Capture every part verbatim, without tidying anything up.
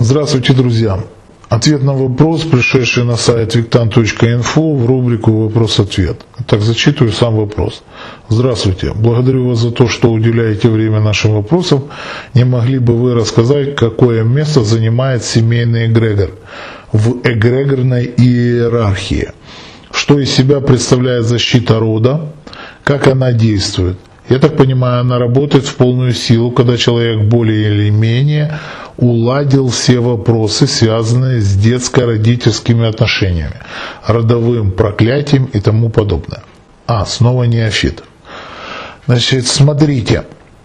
Здравствуйте, друзья! Ответ на вопрос, пришедший на сайт виктан точка инфо в рубрику «Вопрос-ответ». Так, зачитываю сам вопрос. Здравствуйте! Благодарю вас за то, что уделяете время нашим вопросам. Не могли бы вы рассказать, какое место занимает семейный эгрегор в эгрегорной иерархии? Что из себя представляет защита рода? Как она действует? Я так понимаю, она работает в полную силу, когда человек более или менее уладил все вопросы, связанные с детско-родительскими отношениями, родовым проклятием и тому подобное. А, снова неофит. Значит, смотрите,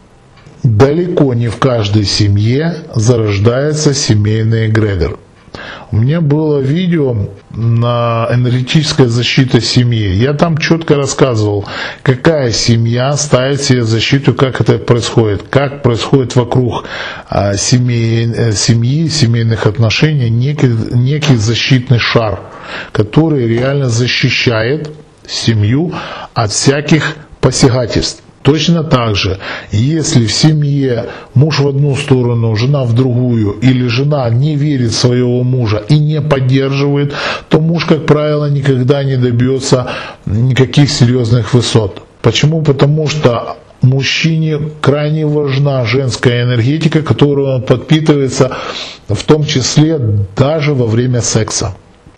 далеко не в каждой семье зарождается семейный эгрегор. У меня было видео на энергетическая защита семьи. Я там четко рассказывал, какая семья ставит себе защиту, как это происходит, как происходит вокруг а, семьи, семьи, семейных отношений некий, некий защитный шар, который реально защищает семью от всяких посягательств. Точно так же, если в семье муж в одну сторону, жена в другую, или жена не верит в своего мужа и не поддерживает, то муж, как правило, никогда не добьется никаких серьезных высот. Почему? Потому что мужчине крайне важна женская энергетика, которую он подпитывается, в том числе даже во время секса.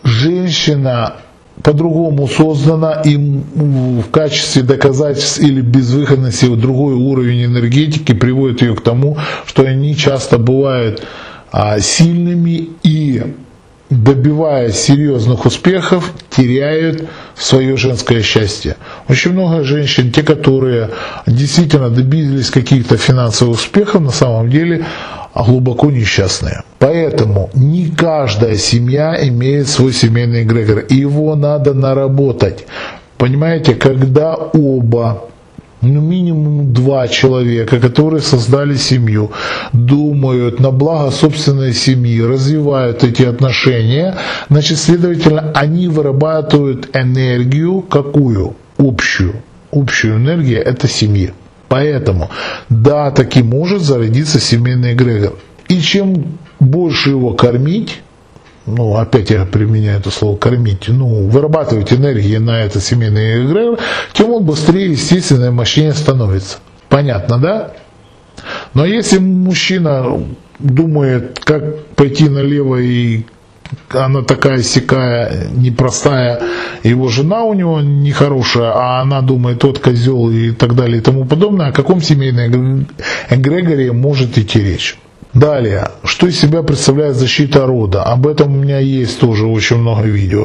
Женщина по-другому создана, и в качестве доказательств или безвыходности другой уровень энергетики приводит ее к тому, что они часто бывают а, сильными и, добиваясь серьезных успехов, теряют свое женское счастье. Очень много женщин, те, которые действительно добились каких-то финансовых успехов, на самом деле глубоко несчастные. Поэтому не каждая семья имеет свой семейный эгрегор, и его надо наработать. Понимаете, когда оба, ну минимум два человека, которые создали семью, думают на благо собственной семьи, развивают эти отношения, значит, следовательно, они вырабатывают энергию какую? Общую. Общую энергию – это семья. Поэтому, да, таки может зародиться семейный эгрегор. И чем больше его кормить, ну, опять я применяю это слово «кормить», ну, вырабатывать энергию на этот семейный эгрегор, тем он быстрее, естественно, и мощнее становится. Понятно, да? Но если мужчина думает, как пойти налево, и она такая сякая, непростая, его жена у него нехорошая, а она думает, тот козел и так далее и тому подобное, о каком семейном эгрегоре может идти речь? Далее, что из себя представляет защита рода? Об этом у меня есть тоже очень много видео.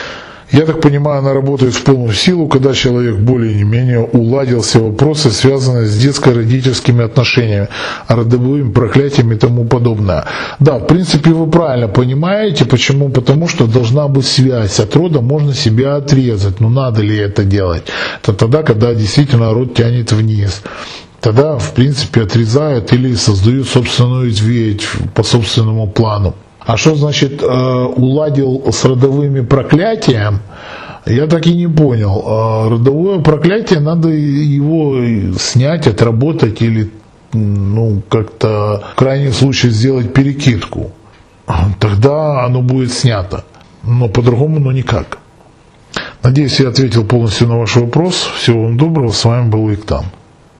Я так понимаю, она работает в полную силу, когда человек более или менее уладил все вопросы, связанные с детско-родительскими отношениями, родовым проклятием и тому подобное. Да, в принципе, вы правильно понимаете. Почему? Потому что должна быть связь. От рода можно себя отрезать. Но надо ли это делать? Это тогда, когда действительно род тянет вниз. Тогда, в принципе, отрезают или создают собственную ветвь по собственному плану. А что значит э, уладил с родовыми проклятием? Я так и не понял. Э, родовое проклятие, надо его снять, отработать или, ну, как-то в крайнем случае сделать перекидку. Тогда оно будет снято. Но по-другому, ну, никак. Надеюсь, я ответил полностью на ваш вопрос. Всего вам доброго. С вами был Виктан.